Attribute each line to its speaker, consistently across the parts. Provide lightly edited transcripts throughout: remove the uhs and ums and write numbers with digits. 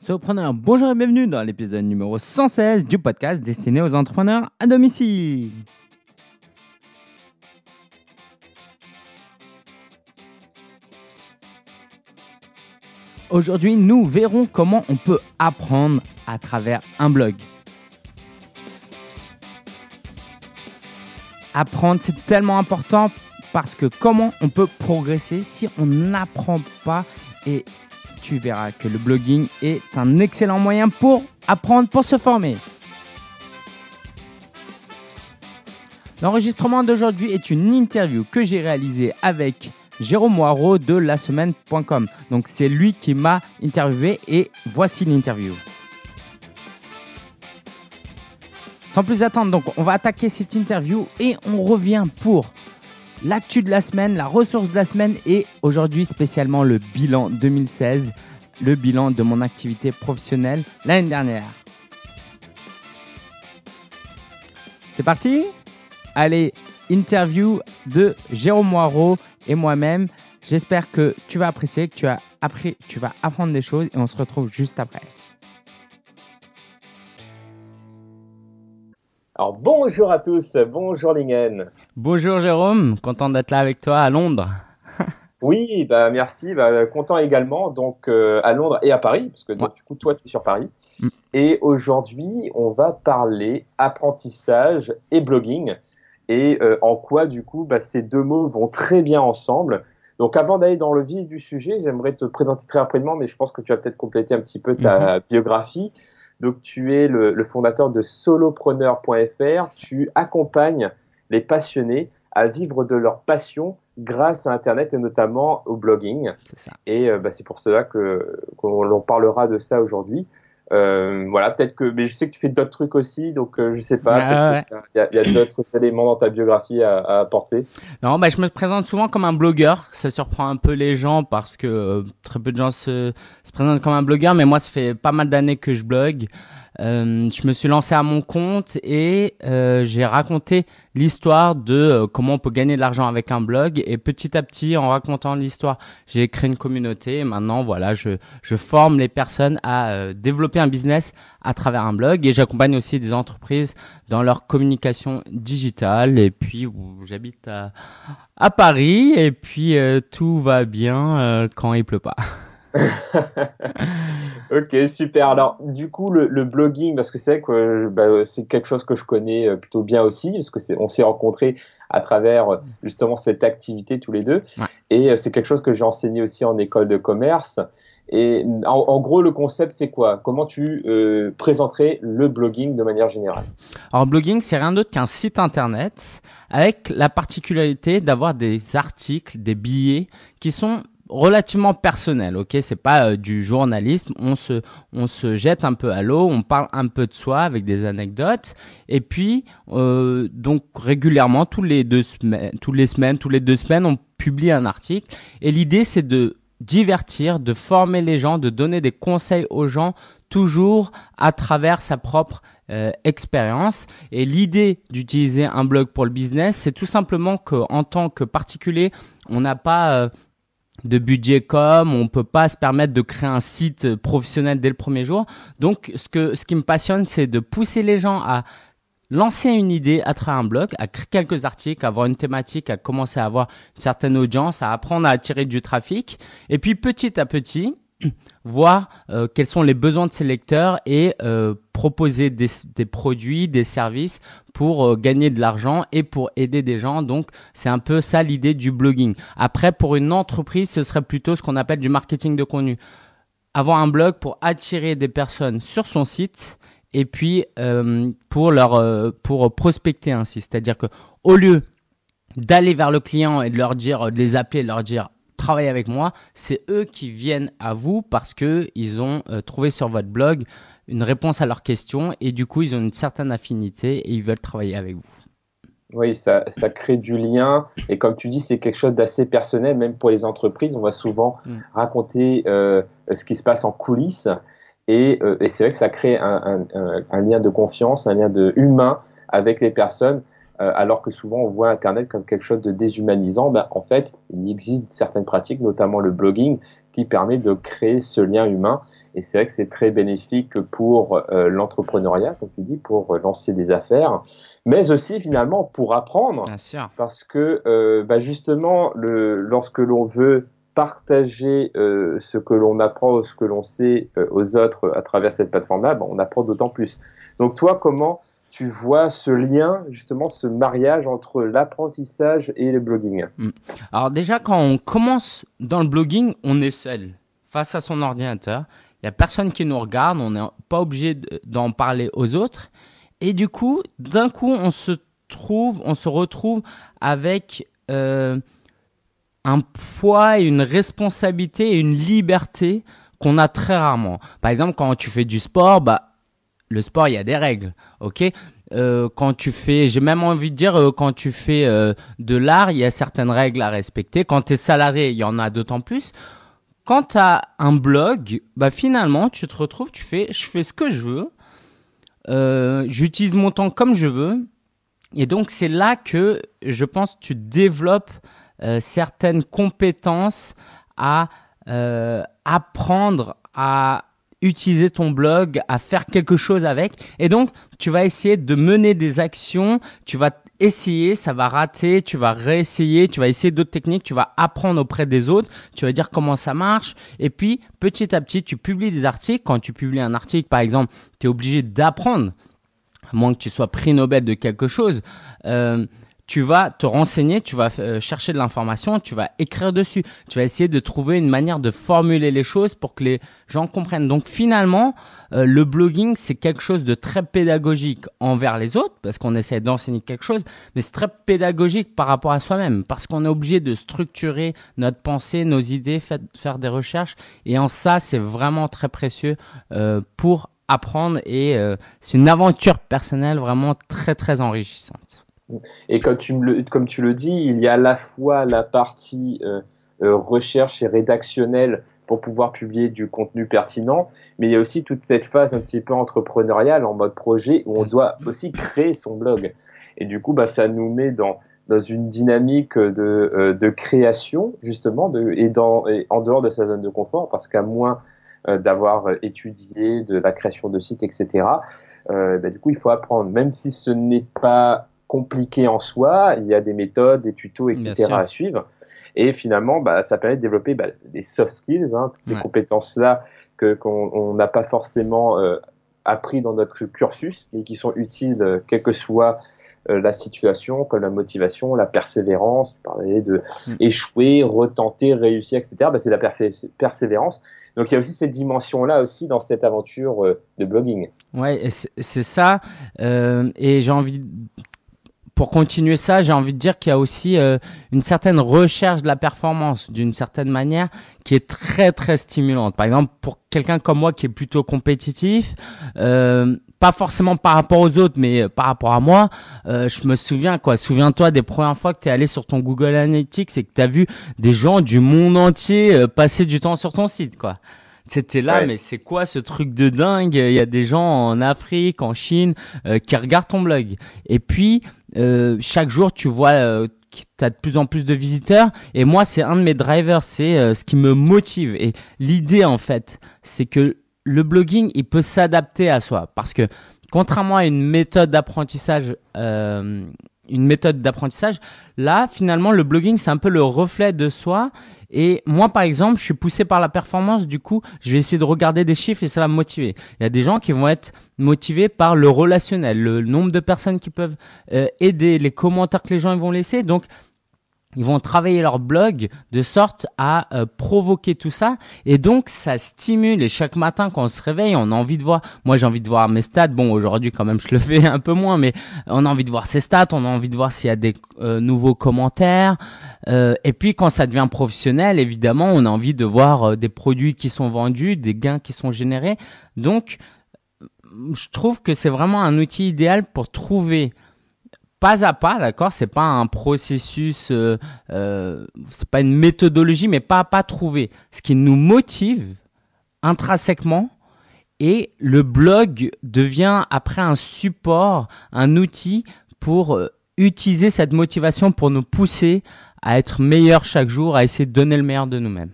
Speaker 1: Solopreneur, bonjour et bienvenue dans l'épisode numéro 116 du podcast destiné aux entrepreneurs à domicile. Aujourd'hui, nous verrons comment on peut apprendre à travers un blog. Apprendre, c'est tellement important parce que comment on peut progresser si on n'apprend pas, et tu verras que le blogging est un excellent moyen pour apprendre, pour se former. L'enregistrement d'aujourd'hui est une interview que j'ai réalisée avec Jérôme Moirot de lasemaine.com. Donc c'est lui qui m'a interviewé et voici l'interview. Sans plus attendre, donc on va attaquer cette interview et on revient pour l'actu de la semaine, la ressource de la semaine et aujourd'hui spécialement le bilan 2016, le bilan de mon activité professionnelle l'année dernière. C'est parti ? Allez, interview de Jérôme Moirot et moi-même. J'espère que tu vas apprécier, que tu vas apprendre des choses et on se retrouve juste après.
Speaker 2: Alors bonjour à tous, bonjour Lingen.
Speaker 1: Bonjour Jérôme, content d'être là avec toi à Londres.
Speaker 2: Oui, merci, content également, donc à Londres et à Paris, parce que donc, du coup toi tu es sur Paris. Et aujourd'hui on va parler apprentissage et blogging et en quoi du coup ces deux mots vont très bien ensemble. Donc avant d'aller dans le vif du sujet, j'aimerais te présenter très rapidement, mais je pense que tu vas peut-être compléter un petit peu ta biographie. Donc, tu es le fondateur de solopreneur.fr. Tu accompagnes les passionnés à vivre de leur passion grâce à Internet et notamment au blogging.
Speaker 1: C'est ça.
Speaker 2: Et c'est pour cela qu'on parlera de ça aujourd'hui. Voilà, peut-être que, mais je sais que tu fais d'autres trucs aussi, donc je sais pas. Il y a d'autres éléments dans ta biographie à apporter.
Speaker 1: Non, je me présente souvent comme un blogueur. Ça surprend un peu les gens parce que très peu de gens se présentent comme un blogueur, mais moi, ça fait pas mal d'années que je blogue. Je me suis lancé à mon compte et j'ai raconté l'histoire de comment on peut gagner de l'argent avec un blog, et petit à petit, en racontant l'histoire, j'ai créé une communauté et maintenant voilà, je forme les personnes à développer un business à travers un blog, et j'accompagne aussi des entreprises dans leur communication digitale. Et puis j'habite à Paris et puis tout va bien quand il pleut pas.
Speaker 2: Ok, super. Alors, du coup, le blogging, parce que c'est vrai que c'est quelque chose que je connais plutôt bien aussi, parce que on s'est rencontrés à travers justement cette activité tous les deux.
Speaker 1: Ouais.
Speaker 2: Et c'est quelque chose que j'ai enseigné aussi en école de commerce. Et en gros, le concept, c'est quoi? Comment tu présenterais le blogging de manière générale?
Speaker 1: Alors, blogging, c'est rien d'autre qu'un site internet avec la particularité d'avoir des articles, des billets qui sont relativement personnel, ok, c'est pas du journalisme. On se jette un peu à l'eau, on parle un peu de soi avec des anecdotes, et puis donc régulièrement tous les 2 semaines, on publie un article. Et l'idée, c'est de divertir, de former les gens, de donner des conseils aux gens, toujours à travers sa propre expérience. Et l'idée d'utiliser un blog pour le business, c'est tout simplement qu'en tant que particulier, on n'a pas de budget on peut pas se permettre de créer un site professionnel dès le premier jour. Donc, ce qui me passionne, c'est de pousser les gens à lancer une idée à travers un blog, à créer quelques articles, à avoir une thématique, à commencer à avoir une certaine audience, à apprendre à attirer du trafic. Et puis, petit à petit, voir quels sont les besoins de ces lecteurs et proposer des produits, des services pour gagner de l'argent et pour aider des gens. Donc, c'est un peu ça l'idée du blogging. Après, pour une entreprise, ce serait plutôt ce qu'on appelle du marketing de contenu. Avoir un blog pour attirer des personnes sur son site et puis pour prospecter ainsi. C'est-à-dire que au lieu d'aller vers le client et de les appeler, de leur dire travaillez avec moi, c'est eux qui viennent à vous parce que ils ont trouvé sur votre blog une réponse à leurs questions, et du coup ils ont une certaine affinité et ils veulent travailler avec vous.
Speaker 2: Oui, ça crée du lien, et comme tu dis, c'est quelque chose d'assez personnel, même pour les entreprises. On va souvent raconter ce qui se passe en coulisses, et c'est vrai que ça crée un lien de confiance, un lien humain avec les personnes. alors que souvent on voit Internet comme quelque chose de déshumanisant. En fait, il existe certaines pratiques, notamment le blogging, qui permet de créer ce lien humain. Et c'est vrai que c'est très bénéfique pour l'entrepreneuriat, comme tu dis, pour lancer des affaires, mais aussi finalement pour apprendre.
Speaker 1: Bien sûr.
Speaker 2: Parce que justement, lorsque l'on veut partager ce que l'on apprend ou ce que l'on sait aux autres à travers cette plateforme-là, on apprend d'autant plus. Donc toi, comment tu vois ce lien, justement, ce mariage entre l'apprentissage et le blogging?
Speaker 1: Alors déjà, quand on commence dans le blogging, on est seul face à son ordinateur. Il n'y a personne qui nous regarde, on n'est pas obligé d'en parler aux autres. Et du coup, d'un coup, on se retrouve avec un poids, une responsabilité et une liberté qu'on a très rarement. Par exemple, quand tu fais du sport, le sport, il y a des règles, ok? Quand tu fais, j'ai même envie de dire, quand tu fais de l'art, il y a certaines règles à respecter. Quand tu es salarié, il y en a d'autant plus. Quand tu as un blog, finalement, tu te retrouves, je fais ce que je veux, j'utilise mon temps comme je veux. Et donc, c'est là que je pense tu développes certaines compétences à apprendre à utiliser ton blog, à faire quelque chose avec. Et donc, tu vas essayer de mener des actions, tu vas essayer, ça va rater, tu vas réessayer, tu vas essayer d'autres techniques, tu vas apprendre auprès des autres, tu vas dire comment ça marche. Et puis, petit à petit, tu publies des articles. Quand tu publies un article, par exemple, tu es obligé d'apprendre, à moins que tu sois prix Nobel de quelque chose. Tu vas te renseigner, tu vas chercher de l'information, tu vas écrire dessus, tu vas essayer de trouver une manière de formuler les choses pour que les gens comprennent. Donc finalement, le blogging, c'est quelque chose de très pédagogique envers les autres, parce qu'on essaie d'enseigner quelque chose, mais c'est très pédagogique par rapport à soi-même, parce qu'on est obligé de structurer notre pensée, nos idées, faire des recherches, et en ça, c'est vraiment très précieux pour apprendre, et c'est une aventure personnelle vraiment très très enrichissante.
Speaker 2: Et comme tu le dis, il y a à la fois la partie recherche et rédactionnelle pour pouvoir publier du contenu pertinent, mais il y a aussi toute cette phase un petit peu entrepreneuriale en mode projet où on doit aussi créer son blog. Et du coup, ça nous met dans une dynamique de création, justement, et en dehors de sa zone de confort, parce qu'à moins d'avoir étudié de la création de sites, etc., du coup, il faut apprendre, même si ce n'est pas compliqué en soi, il y a des méthodes, des tutos, etc. à suivre. Et finalement, ça permet de développer des soft skills, ces compétences-là qu'on n'a pas forcément appris dans notre cursus, mais qui sont utiles quelle que soit la situation, comme la motivation, la persévérance. Tu parlais de échouer, retenter, réussir, etc. C'est la persévérance. Donc il y a aussi cette dimension-là aussi dans cette aventure de blogging.
Speaker 1: Ouais, c'est ça. Et j'ai envie pour continuer ça, j'ai envie de dire qu'il y a aussi une certaine recherche de la performance, d'une certaine manière, qui est très très stimulante. Par exemple, pour quelqu'un comme moi qui est plutôt compétitif, pas forcément par rapport aux autres, mais par rapport à moi, je me souviens Souviens-toi des premières fois que tu es allé sur ton Google Analytics et que tu as vu des gens du monde entier passer du temps sur ton site, quoi. C'était là, mais c'est quoi ce truc de dingue? Il y a des gens en Afrique, en Chine, qui regardent ton blog. Et puis, chaque jour, tu vois que tu as de plus en plus de visiteurs. Et moi, c'est un de mes drivers, c'est ce qui me motive. Et l'idée, en fait, c'est que le blogging, il peut s'adapter à soi. Parce que, contrairement à une méthode d'apprentissage, là, finalement, le blogging, c'est un peu le reflet de soi. Et moi, par exemple, je suis poussé par la performance. Du coup, je vais essayer de regarder des chiffres et ça va me motiver. Il y a des gens qui vont être motivés par le relationnel, le nombre de personnes qui peuvent aider, les commentaires que les gens vont laisser. Donc, ils vont travailler leur blog de sorte à provoquer tout ça. Et donc, ça stimule. Et chaque matin, quand on se réveille, on a envie de voir. Moi, j'ai envie de voir mes stats. Bon, aujourd'hui, quand même, je le fais un peu moins. Mais on a envie de voir ses stats. On a envie de voir s'il y a des nouveaux commentaires. Et puis, quand ça devient professionnel, évidemment, on a envie de voir des produits qui sont vendus, des gains qui sont générés. Donc, je trouve que c'est vraiment un outil idéal pour trouver pas à pas, d'accord, c'est pas un processus, c'est pas une méthodologie, mais pas à pas trouver ce qui nous motive intrinsèquement, et le blog devient après un support, un outil pour utiliser cette motivation pour nous pousser à être meilleurs chaque jour, à essayer de donner le meilleur de nous-mêmes.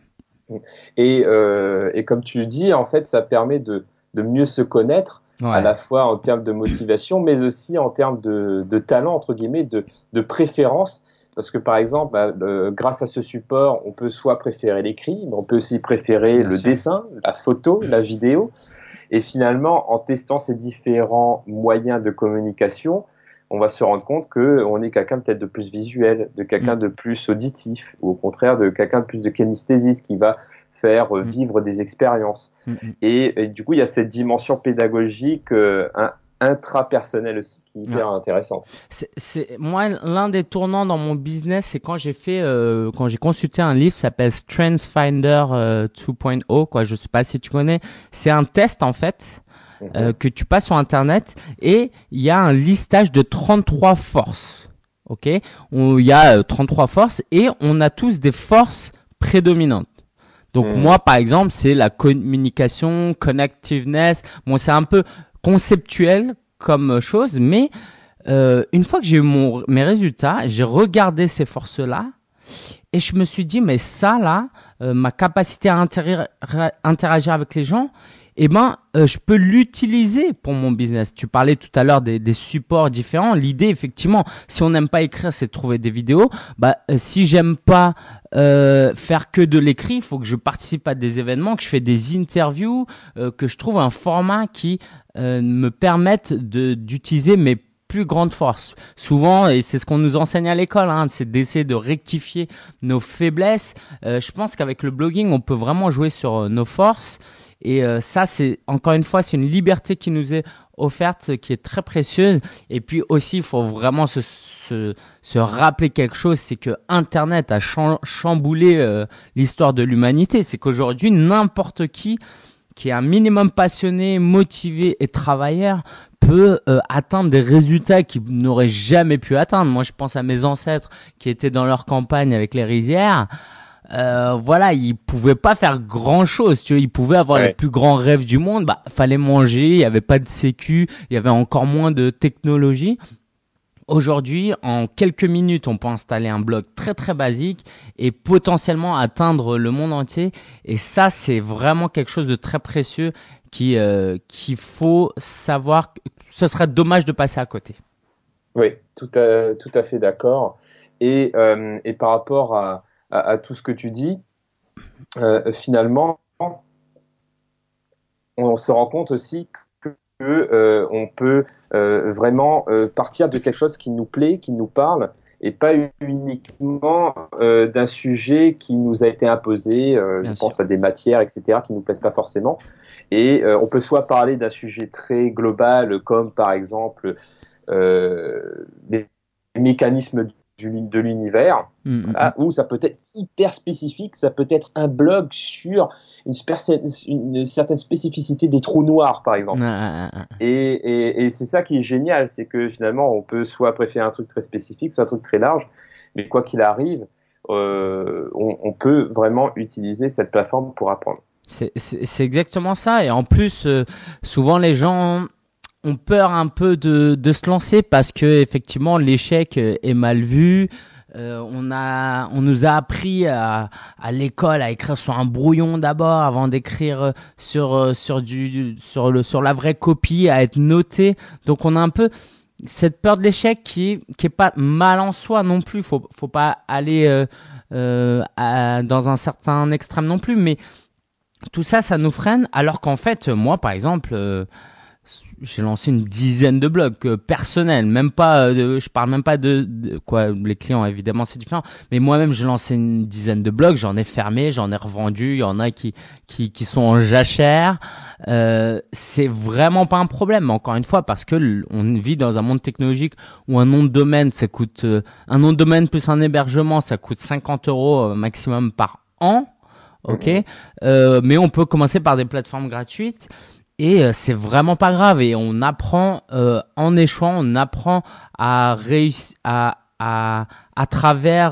Speaker 2: Et comme tu le dis, en fait, ça permet de mieux se connaître, à la fois en termes de motivation, mais aussi en termes de talent, entre guillemets, de préférence. Parce que, par exemple, grâce à ce support, on peut soit préférer l'écrit, mais on peut aussi préférer le dessin, la photo, la vidéo. Et finalement, en testant ces différents moyens de communication, on va se rendre compte qu'on est quelqu'un peut-être de plus visuel, de quelqu'un de plus auditif, ou au contraire de quelqu'un de plus de kinesthésiste qui va faire vivre des expériences. Et du coup, il y a cette dimension pédagogique intrapersonnelle aussi qui est hyper intéressante.
Speaker 1: Moi, l'un des tournants dans mon business, c'est quand j'ai consulté un livre qui s'appelle Strength Finder 2.0, quoi. Je sais pas si tu connais. C'est un test, en fait, que tu passes sur Internet, et il y a un listage de 33 forces. Ok? Il y a 33 forces, et on a tous des forces prédominantes. Donc moi, par exemple, c'est la communication, connectiveness. Bon, c'est un peu conceptuel comme chose, mais une fois que j'ai eu mes résultats, j'ai regardé ces forces-là et je me suis dit, mais ça là, ma capacité à interagir avec les gens, je peux l'utiliser pour mon business. Tu parlais tout à l'heure des supports différents. L'idée, effectivement, si on n'aime pas écrire, c'est de trouver des vidéos. Si j'aime pas faire que de l'écrit, il faut que je participe à des événements, que je fais des interviews, que je trouve un format qui me permette d'utiliser mes plus grandes forces. Souvent, et c'est ce qu'on nous enseigne à l'école, c'est d'essayer de rectifier nos faiblesses. Je pense qu'avec le blogging, on peut vraiment jouer sur nos forces. Et ça, c'est encore une fois, c'est une liberté qui nous est offerte, qui est très précieuse. Et puis aussi, il faut vraiment se rappeler quelque chose, c'est que Internet a chamboulé l'histoire de l'humanité. C'est qu'aujourd'hui, n'importe qui est un minimum passionné, motivé et travailleur peut atteindre des résultats qu'ils n'auraient jamais pu atteindre. Moi, je pense à mes ancêtres qui étaient dans leur campagne avec les rizières. Ils pouvaient pas faire grand chose, tu vois, ils pouvaient avoir les plus grands rêves du monde, fallait manger, il y avait pas de sécu, il y avait encore moins de technologie. Aujourd'hui, en quelques minutes, on peut installer un blog très très basique et potentiellement atteindre le monde entier. Et ça, c'est vraiment quelque chose de très précieux qu'il faut savoir. Ce serait dommage de passer à côté.
Speaker 2: Oui, tout à fait d'accord. Et par rapport à tout ce que tu dis, finalement, on se rend compte aussi que on peut vraiment partir de quelque chose qui nous plaît, qui nous parle, et pas uniquement d'un sujet qui nous a été imposé. Je pense à des matières, etc., qui nous plaisent pas forcément. Et on peut soit parler d'un sujet très global, comme par exemple les mécanismes de l'univers, ou ça peut être hyper spécifique, ça peut être un blog sur une certaine spécificité des trous noirs, par exemple. Et c'est ça qui est génial, c'est que finalement, on peut soit préférer un truc très spécifique, soit un truc très large, mais quoi qu'il arrive, on peut vraiment utiliser cette plateforme pour apprendre.
Speaker 1: C'est exactement ça, et en plus, souvent les gens ont peur un peu de se lancer parce que effectivement l'échec est mal vu. On nous a appris à l'école à écrire sur un brouillon d'abord avant d'écrire sur la vraie copie, à être noté. Donc on a un peu cette peur de l'échec qui est pas mal en soi non plus. Faut pas aller dans un certain extrême non plus, mais tout ça nous freine. Alors qu'en fait, moi par exemple, j'ai lancé une dizaine de blogs personnels, même pas je parle même pas de quoi, les clients évidemment c'est différent, mais moi-même j'ai lancé une dizaine de blogs, j'en ai fermé, j'en ai revendu, il y en a qui sont en jachère. C'est vraiment pas un problème, encore une fois, parce que on vit dans un monde technologique où un nom de domaine ça coûte un nom de domaine plus un hébergement, ça coûte 50 € maximum par an. OK, mais on peut commencer par des plateformes gratuites. Et c'est vraiment pas grave, et on apprend en échouant, on apprend à réussir à travers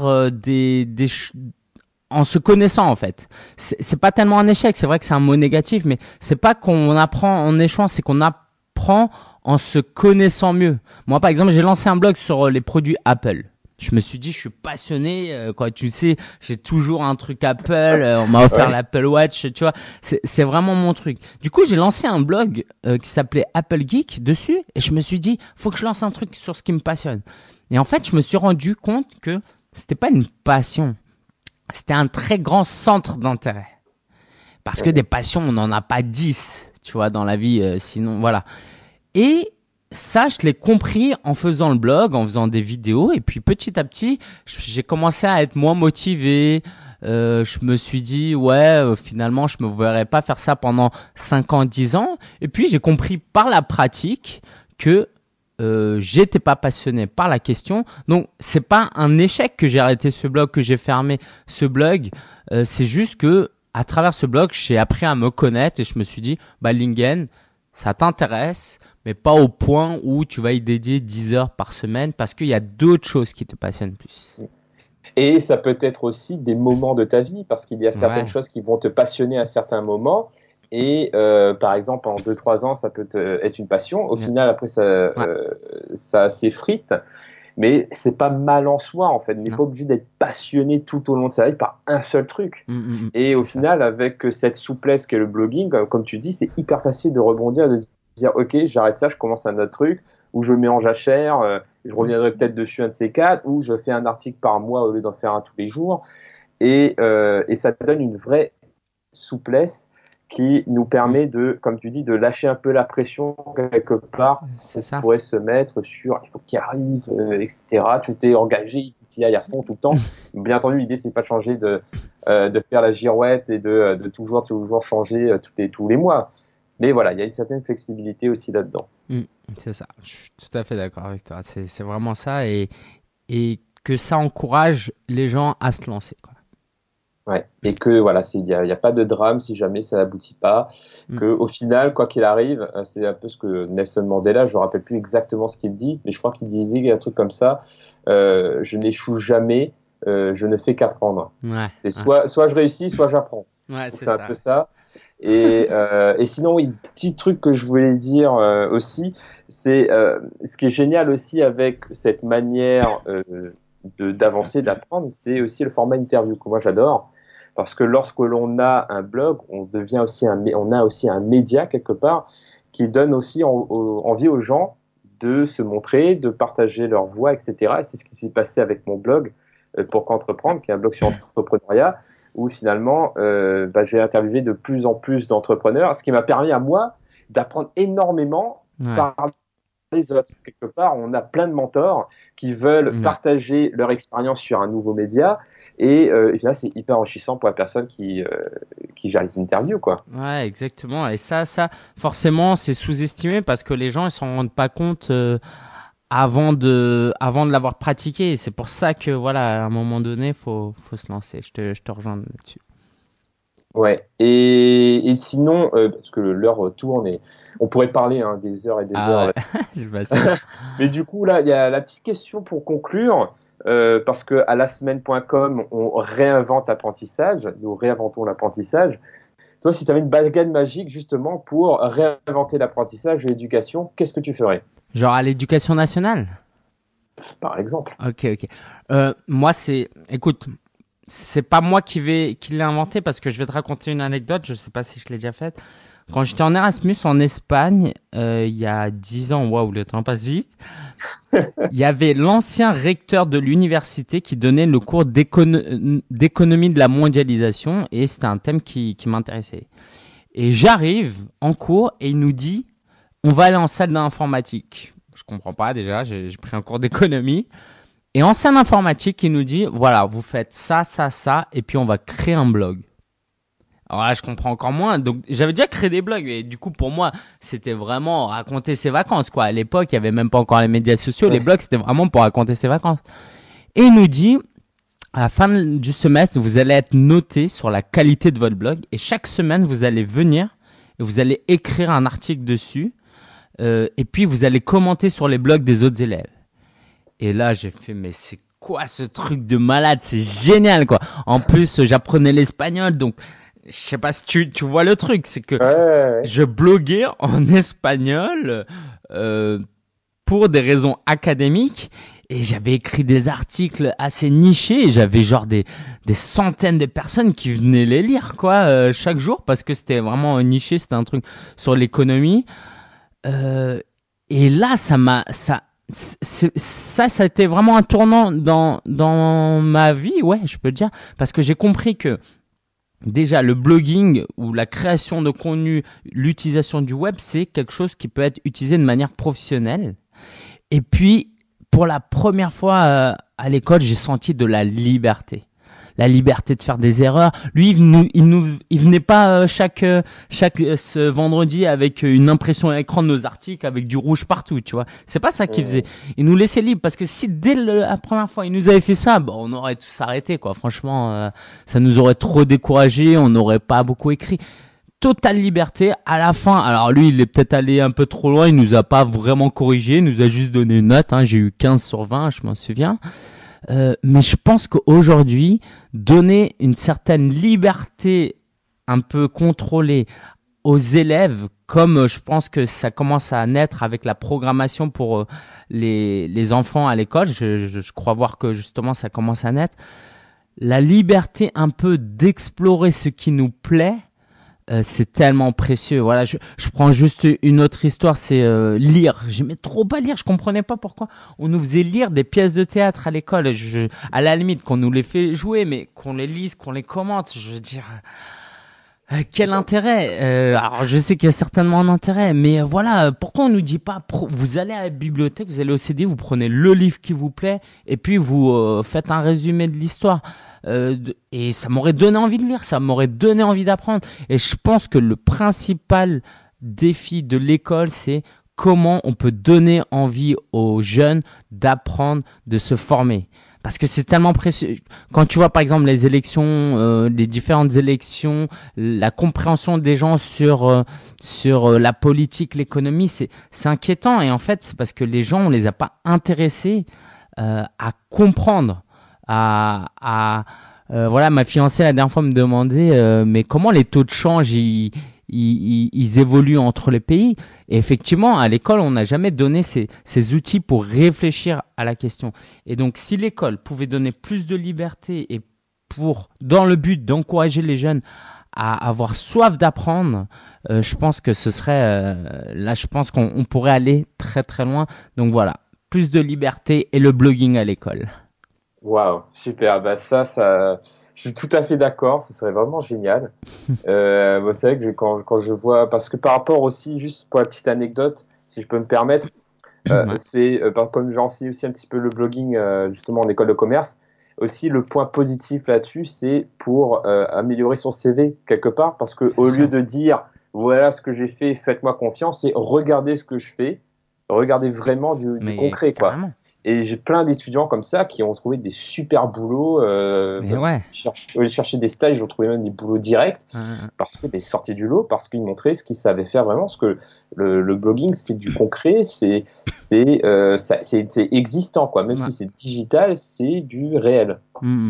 Speaker 1: en se connaissant en fait. C'est pas tellement un échec, c'est vrai que c'est un mot négatif, mais c'est pas qu'on apprend en échouant, c'est qu'on apprend en se connaissant mieux. Moi, par exemple, j'ai lancé un blog sur les produits Apple. Je me suis dit, je suis passionné, quoi. Tu sais, j'ai toujours un truc Apple. On m'a offert l'Apple Watch, tu vois. C'est vraiment mon truc. Du coup, j'ai lancé un blog qui s'appelait Apple Geek dessus, et je me suis dit, faut que je lance un truc sur ce qui me passionne. Et en fait, je me suis rendu compte que c'était pas une passion, c'était un très grand centre d'intérêt. Parce que des passions, on n'en a pas 10, tu vois, dans la vie. Sinon, voilà. Et ça, je l'ai compris en faisant le blog, en faisant des vidéos. Et puis, petit à petit, j'ai commencé à être moins motivé. Je me suis dit, finalement, je me verrais pas faire ça pendant 5 ans, 10 ans. Et puis, j'ai compris par la pratique que j'étais pas passionné par la question. Donc, c'est pas un échec que j'ai arrêté ce blog, que j'ai fermé ce blog. C'est juste que à travers ce blog, j'ai appris à me connaître et je me suis dit, Lingen, ça t'intéresse, mais pas au point où tu vas y dédier 10 heures par semaine parce qu'il y a d'autres choses qui te passionnent plus.
Speaker 2: Et ça peut être aussi des moments de ta vie parce qu'il y a certaines choses qui vont te passionner à certains moments. Et par exemple, en 2-3 ans, ça peut être une passion. Au final, après, ça s'effrite. Mais c'est pas mal en soi, en fait. On n'est pas obligé d'être passionné tout au long de sa vie par un seul truc. Et au final, avec cette souplesse qu'est le blogging, comme tu dis, c'est hyper facile de rebondir, de dire, OK, j'arrête ça, je commence un autre truc, ou je mets en jachère, je reviendrai peut-être dessus un de ces quatre, ou je fais un article par mois au lieu d'en faire un tous les jours. Et ça te donne une vraie souplesse qui nous permet de, comme tu dis, de lâcher un peu la pression quelque part. On pourrait se mettre sur il faut qu'il arrive, etc. Tu t'es engagé, tu y ailles à fond tout le temps. Bien entendu, l'idée, c'est pas de changer de faire la girouette et de toujours changer tous les mois. Mais voilà, il y a une certaine flexibilité aussi là-dedans.
Speaker 1: C'est ça, je suis tout à fait d'accord avec toi. C'est vraiment ça et que ça encourage les gens à se lancer, quoi.
Speaker 2: Ouais, et que voilà, il y a pas de drame si jamais ça n'aboutit pas. Que au final, quoi qu'il arrive, c'est un peu ce que Nelson Mandela, je ne me rappelle plus exactement ce qu'il dit, mais je crois qu'il disait un truc comme ça. Je n'échoue jamais, je ne fais qu'apprendre. C'est soit je réussis, soit j'apprends. C'est un peu ça. Et sinon, oui, petit truc que je voulais dire aussi, c'est ce qui est génial aussi avec cette manière d'avancer, d'apprendre, c'est aussi le format interview que moi j'adore. Parce que lorsque l'on a un blog, on a aussi un média quelque part qui donne aussi envie aux gens de se montrer, de partager leur voix, etc. Et c'est ce qui s'est passé avec mon blog pour qu'entreprendre, qui est un blog sur l'entrepreneuriat, où finalement j'ai interviewé de plus en plus d'entrepreneurs, ce qui m'a permis à moi d'apprendre énormément par les autres. Quelque part, on a plein de mentors qui veulent partager leur expérience sur un nouveau média et là, c'est hyper enrichissant pour la personne qui gère les interviews, quoi.
Speaker 1: Ouais, exactement. Et ça, forcément, c'est sous-estimé parce que les gens, ils s'en rendent pas compte avant de l'avoir pratiqué. Et c'est pour ça que, voilà, à un moment donné, faut se lancer. Je te rejoins là-dessus.
Speaker 2: Ouais, et sinon, parce que l'heure tourne et on pourrait parler des heures et des heures.
Speaker 1: C'est pas ça.
Speaker 2: Mais du coup, là, il y a la petite question pour conclure, parce que à lasemaine.com, on réinvente l'apprentissage, nous réinventons l'apprentissage. Toi, si tu avais une baguette magique justement pour réinventer l'apprentissage et l'éducation, qu'est-ce que tu ferais?
Speaker 1: Genre à l'éducation nationale?
Speaker 2: Par exemple.
Speaker 1: Ok. Moi, écoute, c'est pas moi qui l'ai inventé parce que je vais te raconter une anecdote, je sais pas si je l'ai déjà faite. Quand j'étais en Erasmus en Espagne, il y a 10 ans, waouh, le temps passe vite, il y avait l'ancien recteur de l'université qui donnait le cours d'économie de la mondialisation et c'était un thème qui m'intéressait. Et j'arrive en cours et il nous dit, on va aller en salle d'informatique. Je comprends pas déjà, j'ai pris un cours d'économie. Et en salle informatique, il nous dit, voilà, vous faites ça, et puis on va créer un blog. Alors là, je comprends encore moins. Donc, j'avais déjà créé des blogs. Et du coup, pour moi, c'était vraiment raconter ses vacances, quoi. À l'époque, il y avait même pas encore les médias sociaux. Les blogs, c'était vraiment pour raconter ses vacances. Et il nous dit, à la fin du semestre, vous allez être noté sur la qualité de votre blog. Et chaque semaine, vous allez venir et vous allez écrire un article dessus. Et puis, vous allez commenter sur les blogs des autres élèves. Et là, j'ai fait, mais c'est quoi ce truc de malade? C'est génial, quoi. En plus, j'apprenais l'espagnol, donc je sais pas si tu vois le truc, c'est que je bloguais en espagnol pour des raisons académiques. Et j'avais écrit des articles assez nichés. Et j'avais genre des centaines de personnes qui venaient les lire, quoi, chaque jour, parce que c'était vraiment niché. C'était un truc sur l'économie. Et là, ça a été vraiment un tournant dans ma vie, ouais, je peux le dire, parce que j'ai compris que déjà le blogging ou la création de contenu, l'utilisation du web, c'est quelque chose qui peut être utilisé de manière professionnelle. Et puis, pour la première fois à l'école, j'ai senti de la liberté. La liberté de faire des erreurs. Lui, il venait pas chaque ce vendredi avec une impression à l'écran de nos articles avec du rouge partout, tu vois. C'est pas ça qu'il faisait. Il nous laissait libre parce que si dès la première fois il nous avait fait ça, bon, on aurait tous arrêté, quoi. Franchement, ça nous aurait trop découragé, on n'aurait pas beaucoup écrit. Totale liberté à la fin. Alors lui, il est peut-être allé un peu trop loin, il nous a pas vraiment corrigé, il nous a juste donné une note, hein. J'ai eu 15 sur 20, je m'en souviens. Mais je pense qu'aujourd'hui, donner une certaine liberté un peu contrôlée aux élèves, comme je pense que ça commence à naître avec la programmation pour les enfants à l'école, je crois voir que justement ça commence à naître, la liberté un peu d'explorer ce qui nous plaît, c'est tellement précieux. Voilà, je prends juste une autre histoire, c'est lire. J'aimais trop pas lire, je comprenais pas pourquoi on nous faisait lire des pièces de théâtre à l'école. À la limite qu'on nous les fait jouer, mais qu'on les lise, qu'on les commente, je veux dire, quel intérêt. Alors je sais qu'il y a certainement un intérêt, mais voilà, pourquoi on nous dit pas vous allez à la bibliothèque, vous allez au CD, vous prenez le livre qui vous plaît et puis vous faites un résumé de l'histoire. Et ça m'aurait donné envie de lire, ça m'aurait donné envie d'apprendre. Et je pense que le principal défi de l'école, c'est comment on peut donner envie aux jeunes d'apprendre, de se former. Parce que c'est tellement précieux. Quand tu vois par exemple les élections, les différentes élections, la compréhension des gens sur la politique, l'économie, c'est inquiétant. Et en fait, c'est parce que les gens, on les a pas intéressés à comprendre. Voilà, ma fiancée la dernière fois me demandait mais comment les taux de change ils évoluent entre les pays. Et effectivement, à l'école, on n'a jamais donné ces outils pour réfléchir à la question. Et donc, si l'école pouvait donner plus de liberté et dans le but d'encourager les jeunes à avoir soif d'apprendre, je pense que ce serait là, je pense qu'on pourrait aller très très loin. Donc voilà, plus de liberté et le blogging à l'école.
Speaker 2: Waouh, super. Bah ça, je suis tout à fait d'accord. Ce serait vraiment génial. C'est vrai que quand je vois, parce que par rapport aussi, juste pour la petite anecdote, si je peux me permettre, c'est comme j'enseigne aussi un petit peu le blogging justement en école de commerce. Aussi, le point positif là-dessus, c'est pour améliorer son CV quelque part, parce que au lieu de dire voilà ce que j'ai fait, faites-moi confiance, c'est regardez ce que je fais, regardez vraiment du concret,
Speaker 1: carrément.
Speaker 2: Quoi. Et j'ai plein d'étudiants comme ça qui ont trouvé des super boulots. Chercher des stages, ils ont trouvé même des boulots directs parce qu'ils sortaient du lot, parce qu'ils montraient ce qu'ils savaient faire vraiment. Parce que le blogging, c'est du concret, c'est existant, quoi. Même si c'est digital, c'est du réel.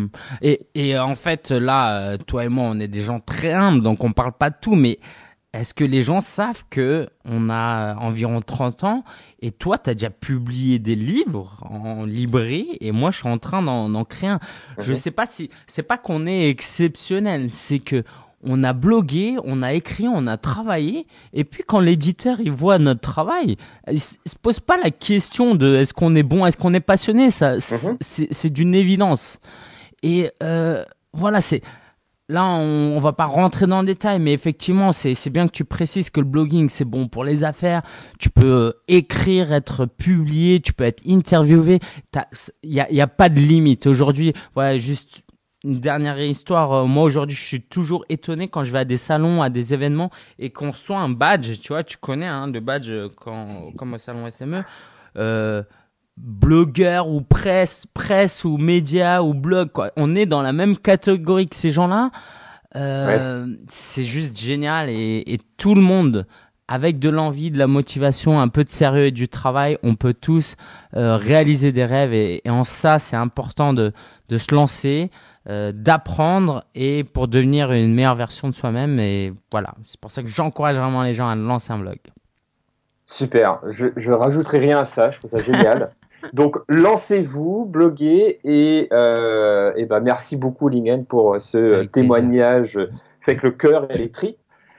Speaker 1: Et en fait, là, toi et moi, on est des gens très humbles, donc on parle pas de tout, mais est-ce que les gens savent que on a environ 30 ans et toi, tu as déjà publié des livres en librairie et moi, je suis en train d'en créer un. Je sais pas si c'est pas qu'on est exceptionnel, c'est que on a blogué, on a écrit, on a travaillé et puis quand l'éditeur il voit notre travail, il se pose pas la question de est-ce qu'on est bon, est-ce qu'on est passionné, ça c'est d'une évidence. Et voilà, c'est là, on va pas rentrer dans le détail, mais effectivement, c'est bien que tu précises que le blogging, c'est bon pour les affaires. Tu peux écrire, être publié, tu peux être interviewé. Il y a pas de limite. Aujourd'hui, voilà, juste une dernière histoire. Moi, aujourd'hui, je suis toujours étonné quand je vais à des salons, à des événements et qu'on reçoit un badge. Tu vois, tu connais, le badge comme au salon SME. Blogueur ou presse ou média ou blog, quoi. On est dans la même catégorie que ces gens-là. C'est juste génial et tout le monde, avec de l'envie, de la motivation, un peu de sérieux et du travail, on peut tous réaliser des rêves et en ça, c'est important de se lancer, d'apprendre et pour devenir une meilleure version de soi-même. Et voilà, c'est pour ça que j'encourage vraiment les gens à lancer un blog.
Speaker 2: Super, je rajouterai rien à ça, je trouve ça génial. Donc, lancez-vous, bloguez et bah, merci beaucoup, Lingen, pour ce
Speaker 1: Avec plaisir.
Speaker 2: témoignage fait avec le cœur et les tripes.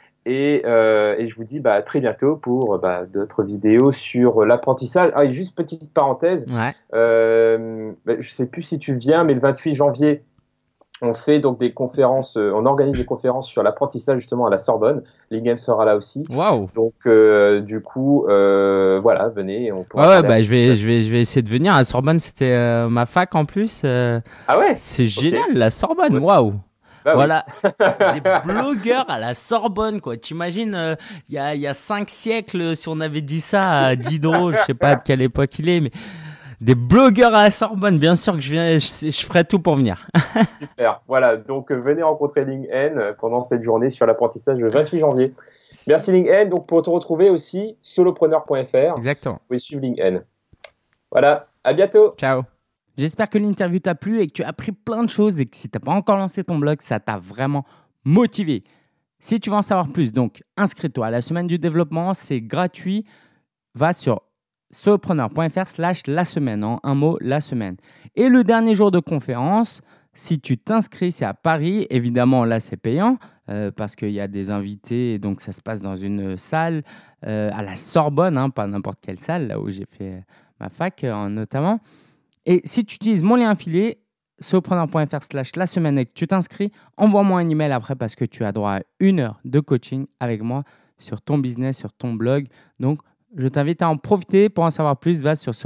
Speaker 2: Et je vous dis bah, à très bientôt pour bah, d'autres vidéos sur l'apprentissage. Ah, et juste petite parenthèse,
Speaker 1: Ouais.
Speaker 2: bah, je sais plus si tu viens, mais le 28 janvier, on fait donc des conférences, on organise des conférences sur l'apprentissage justement à la Sorbonne. Lingen sera là aussi.
Speaker 1: Waouh.
Speaker 2: Donc du coup, voilà, venez, et on
Speaker 1: Ouais,
Speaker 2: pourra
Speaker 1: ouais,
Speaker 2: parler
Speaker 1: bah
Speaker 2: apprentissage.
Speaker 1: je vais essayer de venir. À Sorbonne, c'était ma fac en plus.
Speaker 2: Ah ouais,
Speaker 1: C'est
Speaker 2: ok.
Speaker 1: génial, la Sorbonne.
Speaker 2: Moi aussi.
Speaker 1: Waouh.
Speaker 2: Bah oui.
Speaker 1: Voilà, des blogueurs à la Sorbonne, quoi. T'imagines, il y a 5 siècles, si on avait dit ça à Diderot, je sais pas de quelle époque il est, mais des blogueurs à la Sorbonne, bien sûr que je ferai tout pour venir.
Speaker 2: Super. Voilà, donc venez rencontrer LinkedIn pendant cette journée sur l'apprentissage le 28 janvier. Merci LinkedIn. Donc pour te retrouver aussi, solopreneur.fr. Vous
Speaker 1: Exactement.
Speaker 2: pouvez suivre LinkedIn. Voilà, à bientôt.
Speaker 1: Ciao. J'espère que l'interview t'a plu et que tu as appris plein de choses et que si tu n'as pas encore lancé ton blog, ça t'a vraiment motivé. Si tu veux en savoir plus, donc inscris-toi à la semaine du développement, c'est gratuit. Va sur solopreneur.fr/la semaine, en un mot, la semaine. Et le dernier jour de conférence, si tu t'inscris, c'est à Paris. Évidemment, là, c'est payant parce qu'il y a des invités. Et donc, ça se passe dans une salle à la Sorbonne, hein, pas n'importe quelle salle, là où j'ai fait ma fac notamment. Et si tu utilises mon lien affilié, solopreneur.fr/la semaine et que tu t'inscris, envoie-moi un email après parce que tu as droit à 1 heure de coaching avec moi sur ton business, sur ton blog. Donc, je t'invite à en profiter. Pour en savoir plus, va sur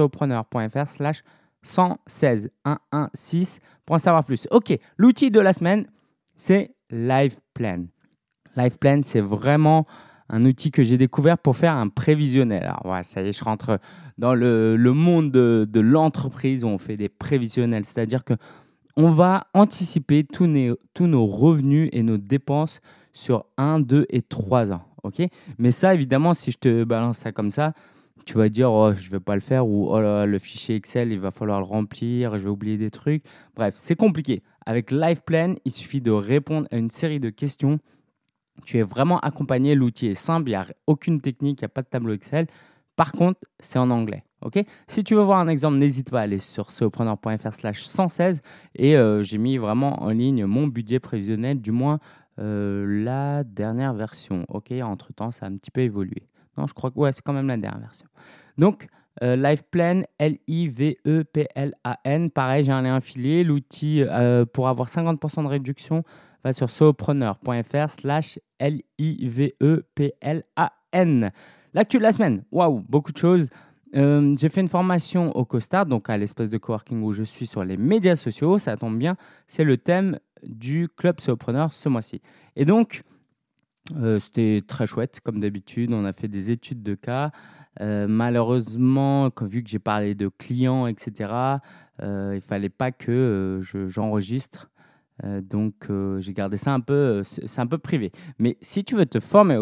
Speaker 1: solopreneur.fr/116 pour en savoir plus. Ok, l'outil de la semaine, c'est LivePlan. LivePlan, c'est vraiment un outil que j'ai découvert pour faire un prévisionnel. Alors, ouais, ça y est, je rentre dans le monde de l'entreprise où on fait des prévisionnels. C'est-à-dire qu'on va anticiper tous nos revenus et nos dépenses sur 1, 2 et 3 ans. Okay, mais ça, évidemment, si je te balance ça comme ça, tu vas dire oh, je ne vais pas le faire ou oh là, le fichier Excel, il va falloir le remplir, je vais oublier des trucs. Bref, c'est compliqué. Avec LivePlan, il suffit de répondre à une série de questions. Tu es vraiment accompagné. L'outil est simple, il n'y a aucune technique, il n'y a pas de tableau Excel. Par contre, c'est en anglais. Okay, si tu veux voir un exemple, n'hésite pas à aller sur solopreneur.fr/116 et j'ai mis vraiment en ligne mon budget prévisionnel, du moins la dernière version. Ok, entre-temps, ça a un petit peu évolué. Non, je crois que ouais, c'est quand même la dernière version. Donc, LivePlan, LIVEPLAN, pareil, j'ai un lien affilié. L'outil pour avoir 50% de réduction, va sur solopreneur.fr/LIVEPLAN. L'actu de la semaine, waouh, beaucoup de choses. J'ai fait une formation au CoStart, donc à l'espace de coworking où je suis sur les médias sociaux. Ça tombe bien, c'est le thème du Club Solopreneur ce mois-ci. Et donc, c'était très chouette, comme d'habitude. On a fait des études de cas. Malheureusement, vu que j'ai parlé de clients, etc., il ne fallait pas que j'enregistre. Donc, j'ai gardé ça un peu, c'est un peu privé. Mais si tu veux te former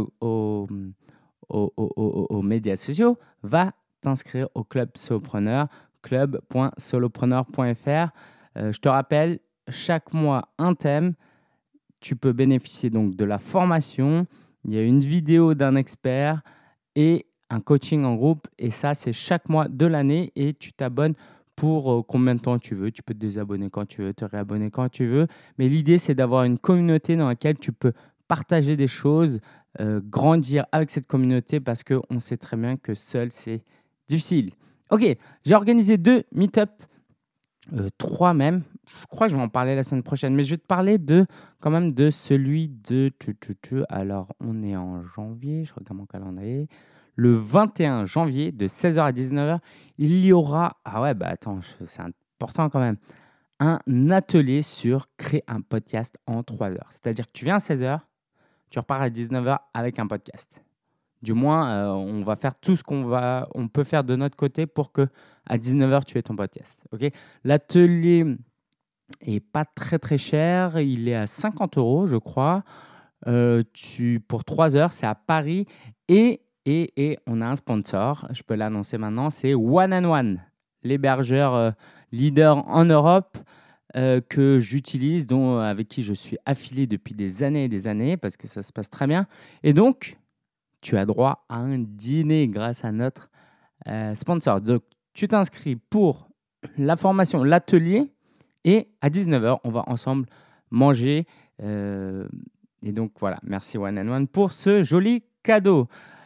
Speaker 1: aux médias sociaux, va t'inscrire au Club Solopreneur, club.solopreneur.fr. Je te rappelle, chaque mois, un thème. Tu peux bénéficier donc de la formation. Il y a une vidéo d'un expert et un coaching en groupe. Et ça, c'est chaque mois de l'année et tu t'abonnes pour combien de temps tu veux. Tu peux te désabonner quand tu veux, te réabonner quand tu veux. Mais l'idée, c'est d'avoir une communauté dans laquelle tu peux partager des choses, grandir avec cette communauté parce qu'on sait très bien que seul, c'est difficile. Ok, j'ai organisé 2 meet-up, 3 même. Je crois que je vais en parler la semaine prochaine, mais je vais te parler quand même de celui de… Alors, on est en janvier, je regarde mon calendrier. Le 21 janvier, de 16h à 19h, il y aura… Ah ouais, bah attends, c'est important quand même. Un atelier sur créer un podcast en 3 heures. C'est-à-dire que tu viens à 16h, tu repars à 19h avec un podcast. Du moins, on va faire tout ce on peut faire de notre côté pour que à 19h, tu aies ton podcast. Okay, l'atelier est pas très très cher. Il est à 50 €, je crois. Pour 3 heures, c'est à Paris. Et on a un sponsor, je peux l'annoncer maintenant, c'est One and One, l'hébergeur leader en Europe que j'utilise, avec qui je suis affilié depuis des années et des années parce que ça se passe très bien. Et donc, tu as droit à un dîner grâce à notre sponsor. Donc, tu t'inscris pour la formation, l'atelier, et à 19h, on va ensemble manger. Et donc, voilà, merci One and One pour ce joli cadeau.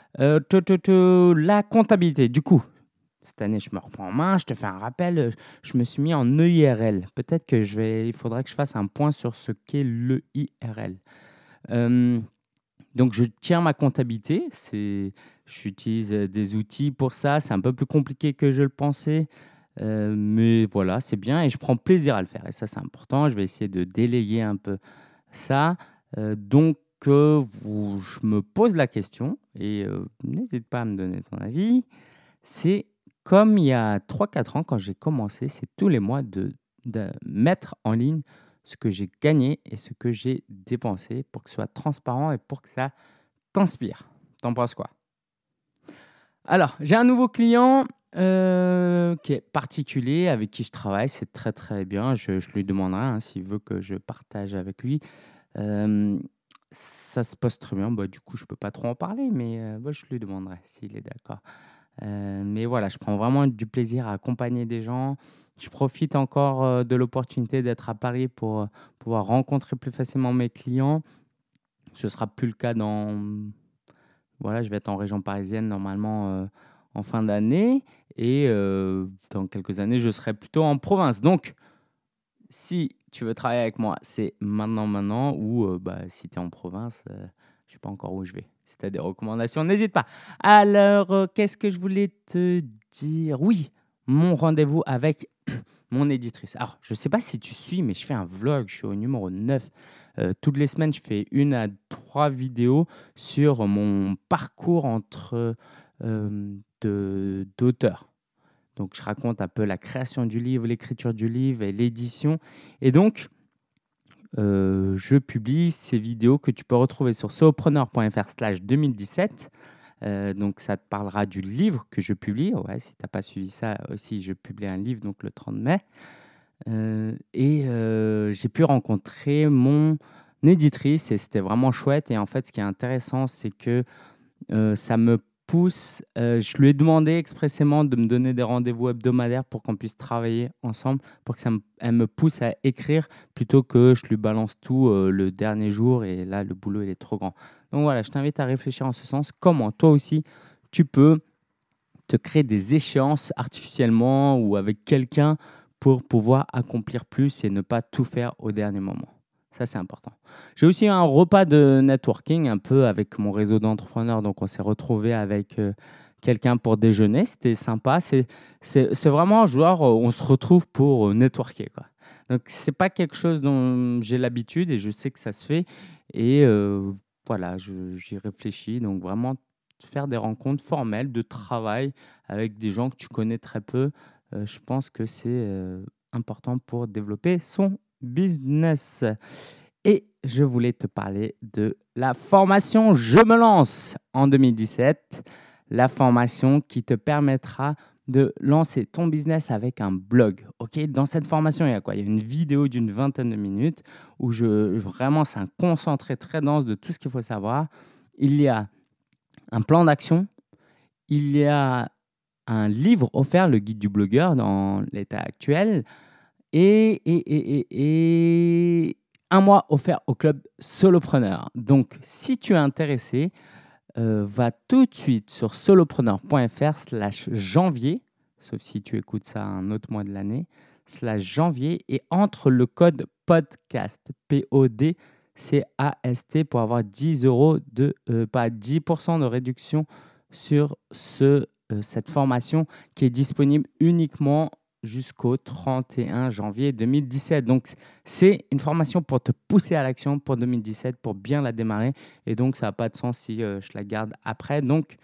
Speaker 1: La comptabilité, du coup, cette année, je me reprends en main, je te fais un rappel, je me suis mis en EIRL. Peut-être il faudrait que je fasse un point sur ce qu'est l'EIRL. Donc, je tiens ma comptabilité, j'utilise des outils pour ça, c'est un peu plus compliqué que je le pensais, mais voilà, c'est bien et je prends plaisir à le faire. Et ça, c'est important, je vais essayer de déléguer un peu ça. Donc, je me pose la question et n'hésite pas à me donner ton avis. C'est comme il y a 3-4 ans, quand j'ai commencé, c'est tous les mois de mettre en ligne ce que j'ai gagné et ce que j'ai dépensé pour que ce soit transparent et pour que ça t'inspire. T'en penses quoi? Alors, j'ai un nouveau client qui est particulier, avec qui je travaille. C'est très, très bien. Je lui demanderai s'il veut que je partage avec lui. Ça se passe très bien. Du coup, je ne peux pas trop en parler, mais je lui demanderai s'il est d'accord. Mais voilà, je prends vraiment du plaisir à accompagner des gens. Je profite encore de l'opportunité d'être à Paris pour pouvoir rencontrer plus facilement mes clients. Ce ne sera plus le cas Voilà, je vais être en région parisienne normalement en fin d'année. Et dans quelques années, je serai plutôt en province. Donc, si tu veux travailler avec moi, c'est maintenant. Ou si tu es en province, je ne sais pas encore où je vais. Si tu as des recommandations, n'hésite pas. Alors, qu'est-ce que je voulais te dire? Oui, mon rendez-vous avec mon éditrice. Alors, je ne sais pas si tu suis, mais je fais un vlog. Je suis au numéro 9. Toutes les semaines, je fais 1 à 3 vidéos sur mon parcours d'auteur. Donc, je raconte un peu la création du livre, l'écriture du livre et l'édition. Et donc, je publie ces vidéos que tu peux retrouver sur solopreneur.fr/2017. Donc, ça te parlera du livre que je publie. Ouais, si tu n'as pas suivi ça aussi, je publie un livre donc le 30 mai. J'ai pu rencontrer mon éditrice et c'était vraiment chouette. Et en fait, ce qui est intéressant, c'est que ça me pousse. Je lui ai demandé expressément de me donner des rendez-vous hebdomadaires pour qu'on puisse travailler ensemble, pour que elle me pousse à écrire plutôt que je lui balance tout le dernier jour et là, le boulot, il est trop grand. Donc voilà, je t'invite à réfléchir en ce sens. Comment toi aussi, tu peux te créer des échéances artificiellement ou avec quelqu'un pour pouvoir accomplir plus et ne pas tout faire au dernier moment. Ça, c'est important. J'ai aussi un repas de networking un peu avec mon réseau d'entrepreneurs. Donc, on s'est retrouvé avec quelqu'un pour déjeuner. C'était sympa. C'est vraiment genre, on se retrouve pour networker, quoi. Donc, ce n'est pas quelque chose dont j'ai l'habitude et je sais que ça se fait. Et voilà, j'y réfléchis. Donc, vraiment, faire des rencontres formelles de travail avec des gens que tu connais très peu, je pense que c'est important pour développer son business. Et je voulais te parler de la formation Je me lance en 2017, la formation qui te permettra de lancer ton business avec un blog. Okay, dans cette formation, il y a quoi? Il y a une vidéo d'une 20aine de minutes où vraiment, c'est un concentré très dense de tout ce qu'il faut savoir. Il y a un plan d'action, il y a un livre offert, le guide du blogueur dans l'état actuel, et un mois offert au club Solopreneur. Donc, si tu es intéressé, va tout de suite sur solopreneur.fr/janvier, sauf si tu écoutes ça un autre mois de l'année, /janvier, et entre le code podcast, PODCAST, pour avoir 10% de réduction sur cette formation qui est disponible uniquement jusqu'au 31 janvier 2017. Donc, c'est une formation pour te pousser à l'action pour 2017, pour bien la démarrer. Et donc, ça n'a pas de sens si je la garde après. Donc,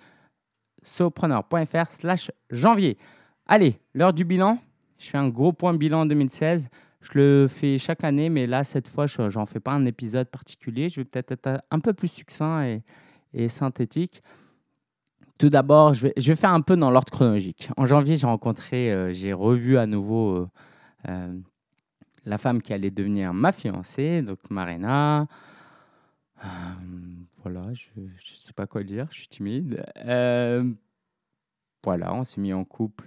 Speaker 1: solopreneur.fr/janvier. Allez, l'heure du bilan. Je fais un gros point bilan en 2016. Je le fais chaque année, mais là, cette fois, je n'en fais pas un épisode particulier. Je vais peut-être être un peu plus succinct et synthétique. Tout d'abord, je vais faire un peu dans l'ordre chronologique. En janvier, j'ai revu à nouveau la femme qui allait devenir ma fiancée, donc Marina. Voilà, je ne sais pas quoi dire, je suis timide. Voilà, on s'est mis en couple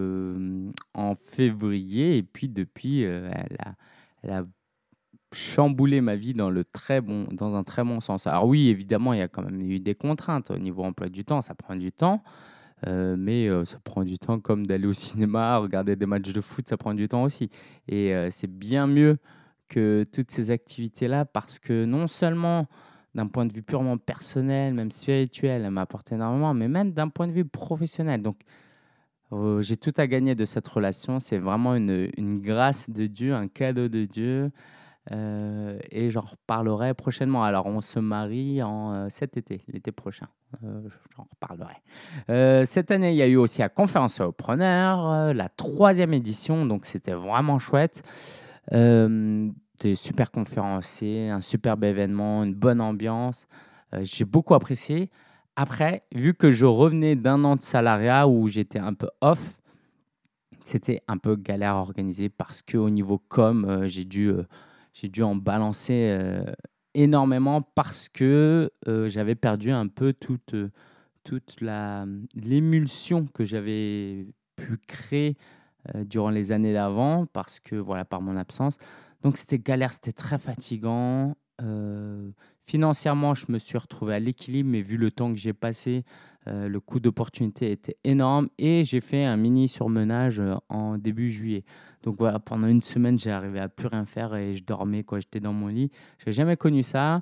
Speaker 1: en février et puis depuis, elle a chamboulé ma vie dans un très bon sens. Alors oui, évidemment, il y a quand même eu des contraintes au niveau emploi du temps, ça prend du temps, mais ça prend du temps comme d'aller au cinéma, regarder des matchs de foot, ça prend du temps aussi. Et c'est bien mieux que toutes ces activités-là parce que non seulement d'un point de vue purement personnel, même spirituel, elle m'apporte énormément, mais même d'un point de vue professionnel. Donc, j'ai tout à gagner de cette relation. C'est vraiment une grâce de Dieu, un cadeau de Dieu. Et j'en reparlerai prochainement. Alors, on se marie cet été, l'été prochain. J'en reparlerai. Cette année, il y a eu aussi la conférence Preneur, la 3e édition. Donc, c'était vraiment chouette. Des super conférenciers, un superbe événement, une bonne ambiance. J'ai beaucoup apprécié. Après, vu que je revenais d'un an de salariat où j'étais un peu off, c'était un peu galère à organiser parce qu'au niveau com, j'ai dû en balancer énormément parce que j'avais perdu un peu toute l'émulsion que j'avais pu créer durant les années d'avant parce que, voilà, par mon absence. Donc, c'était galère, c'était très fatigant. Financièrement, je me suis retrouvé à l'équilibre, mais vu le temps que j'ai passé, le coût d'opportunité était énorme et j'ai fait un mini surmenage en début juillet. Donc voilà, pendant une semaine, j'ai arrivé à plus rien faire et je dormais quand j'étais dans mon lit. Je n'ai jamais connu ça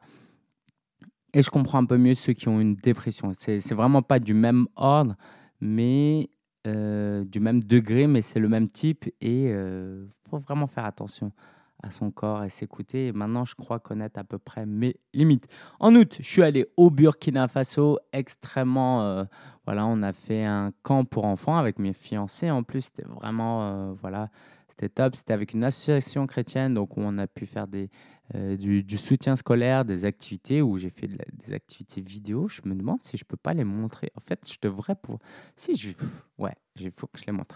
Speaker 1: et je comprends un peu mieux ceux qui ont une dépression. C'est vraiment pas du même ordre, mais du même degré, mais c'est le même type et faut vraiment faire attention à son corps et s'écouter. Et maintenant, je crois connaître à peu près mes limites. En août, je suis allé au Burkina Faso, extrêmement. Voilà, on a fait un camp pour enfants avec mes fiancés. En plus, c'était vraiment, voilà, c'était top. C'était avec une association chrétienne, donc on a pu faire du soutien scolaire, des activités où j'ai fait des activités vidéo. Je me demande si je peux pas les montrer. En fait, je devrais pouvoir. Si je, ouais, il faut que je les montre.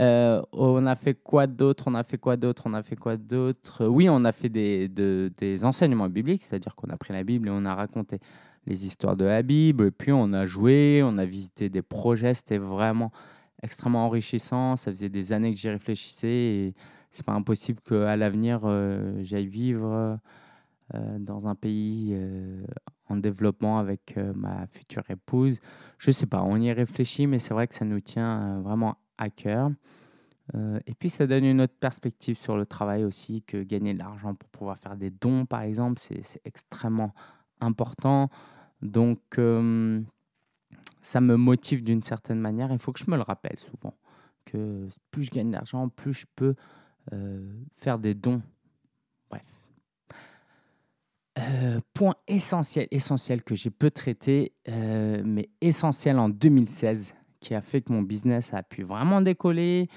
Speaker 1: On a fait quoi d'autre? On a fait quoi d'autre? On a fait quoi d'autre? Oui, on a fait des enseignements bibliques, c'est-à-dire qu'on a pris la Bible et on a raconté les histoires de la Bible, puis on a joué, on a visité des projets, c'était vraiment extrêmement enrichissant. Ça faisait des années que j'y réfléchissais et c'est pas impossible qu'à l'avenir, j'aille vivre dans un pays en développement avec ma future épouse. Je sais pas, on y réfléchit, mais c'est vrai que ça nous tient vraiment à cœur. Et puis, ça donne une autre perspective sur le travail aussi, que gagner de l'argent pour pouvoir faire des dons, par exemple, c'est extrêmement important. Donc, ça me motive d'une certaine manière. Il faut que je me le rappelle souvent, que plus je gagne d'argent, plus je peux faire des dons. Bref. Point essentiel que j'ai peu traité, mais essentiel en 2016, qui a fait que mon business a pu vraiment décoller,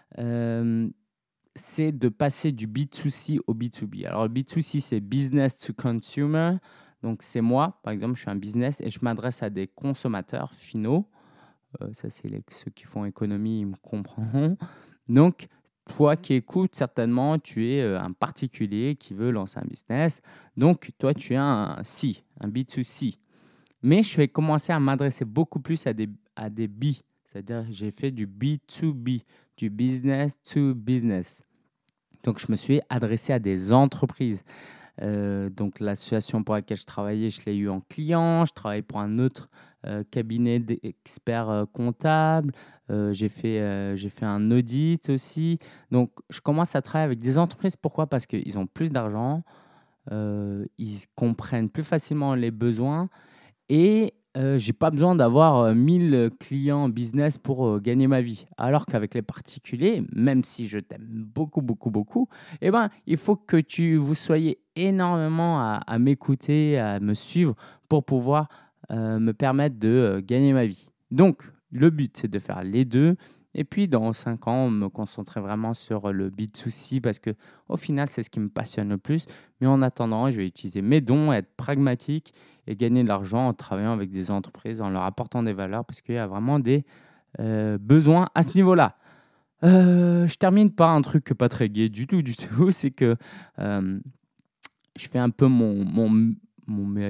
Speaker 1: c'est de passer du B2C au B2B. Alors, le B2C, c'est business to consumer. Donc, c'est moi, par exemple, je suis un business et je m'adresse à des consommateurs finaux. Ça, c'est ceux qui font économie, ils me comprendront. Donc, toi qui écoutes, certainement, tu es un particulier qui veut lancer un business. Donc, toi, tu es un C, un B2C. Mais je vais commencer à m'adresser beaucoup plus à des B. C'est-à-dire, j'ai fait du B2B, du business to business. Donc, je me suis adressé à des entreprises. Donc, l'association pour laquelle je travaillais, je l'ai eu en client. Je travaille pour un autre cabinet d'experts comptables. J'ai fait un audit aussi. Donc, je commence à travailler avec des entreprises. Pourquoi? Parce qu'ils ont plus d'argent, ils comprennent plus facilement les besoins et j'ai pas besoin d'avoir 1000 clients business pour gagner ma vie. Alors qu'avec les particuliers, même si je t'aime beaucoup, beaucoup, beaucoup, eh ben, il faut que vous soyez énormément à m'écouter, à me suivre pour pouvoir me permettre de gagner ma vie. Donc, le but, c'est de faire les deux. Et puis, dans 5 ans, me concentrer vraiment sur le B2C parce que au final, c'est ce qui me passionne le plus. Mais en attendant, je vais utiliser mes dons, être pragmatique et gagner de l'argent en travaillant avec des entreprises, en leur apportant des valeurs, parce qu'il y a vraiment des besoins à ce niveau-là. Je termine par un truc pas très gai du tout, c'est que je fais un peu mon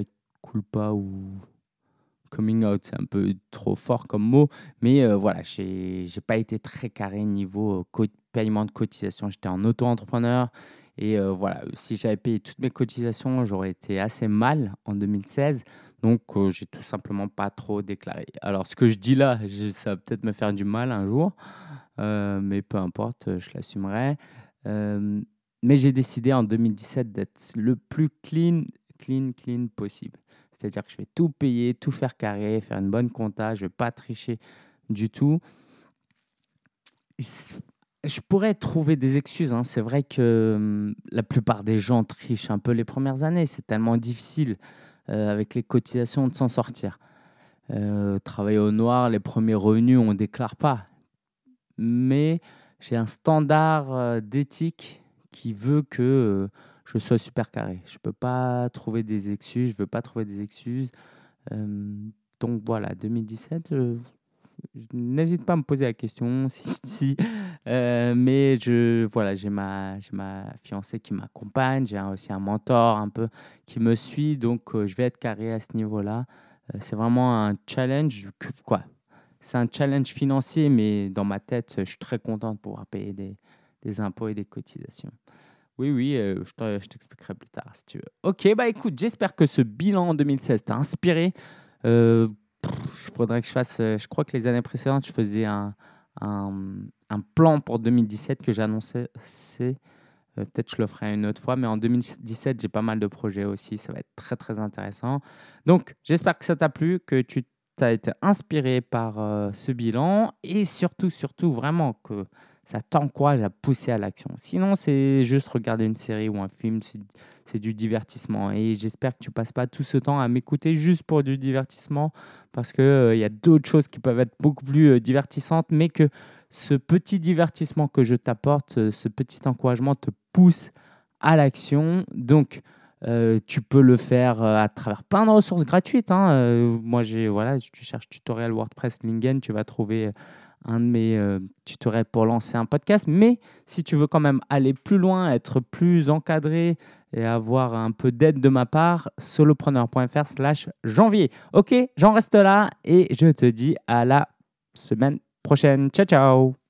Speaker 1: culpa ou coming out, c'est un peu trop fort comme mot, mais voilà, j'ai pas été très carré niveau paiement de cotisation. J'étais en auto-entrepreneur et voilà, si j'avais payé toutes mes cotisations, j'aurais été assez mal en 2016. Donc, j'ai tout simplement pas trop déclaré. Alors, ce que je dis là, ça va peut-être me faire du mal un jour, mais peu importe, je l'assumerai. Mais j'ai décidé en 2017 d'être le plus clean possible. C'est-à-dire que je vais tout payer, tout faire carré, faire une bonne compta, je ne vais pas tricher du tout. Je pourrais trouver des excuses. Hein. C'est vrai que la plupart des gens trichent un peu les premières années. C'est tellement difficile avec les cotisations de s'en sortir. Travailler au noir, les premiers revenus, on ne déclare pas. Mais j'ai un standard d'éthique qui veut que je sois super carré. Je ne peux pas trouver des excuses, je ne veux pas trouver des excuses. Donc voilà, 2017, n'hésite pas à me poser la question. Mais voilà, j'ai ma fiancée qui m'accompagne, j'ai aussi un mentor un peu qui me suit, donc je vais être carré à ce niveau-là. C'est vraiment un challenge, c'est un challenge financier, mais dans ma tête, je suis très content de pouvoir payer des impôts et des cotisations. Oui, je t'expliquerai plus tard si tu veux. Ok, bah écoute, j'espère que ce bilan en 2016 t'a inspiré. Il faudrait que je fasse. Je crois que les années précédentes, je faisais un plan pour 2017 que j'annonçais. Peut-être que je le ferai une autre fois, mais en 2017, j'ai pas mal de projets aussi. Ça va être très, très intéressant. Donc, j'espère que ça t'a plu, que tu t'as été inspiré par ce bilan et surtout, vraiment que ça t'encourage à pousser à l'action. Sinon, c'est juste regarder une série ou un film, c'est du divertissement. Et j'espère que tu ne passes pas tout ce temps à m'écouter juste pour du divertissement parce qu'il y a d'autres choses qui peuvent être beaucoup plus divertissantes, mais que ce petit divertissement que je t'apporte, ce petit encouragement te pousse à l'action. Donc, tu peux le faire à travers plein de ressources gratuites. Hein. Moi, tu cherches tutoriel WordPress Lingen, tu vas trouver un de mes tutoriels pour lancer un podcast. Mais si tu veux quand même aller plus loin, être plus encadré et avoir un peu d'aide de ma part, solopreneur.fr/janvier. Ok, j'en reste là et je te dis à la semaine prochaine. Ciao, ciao!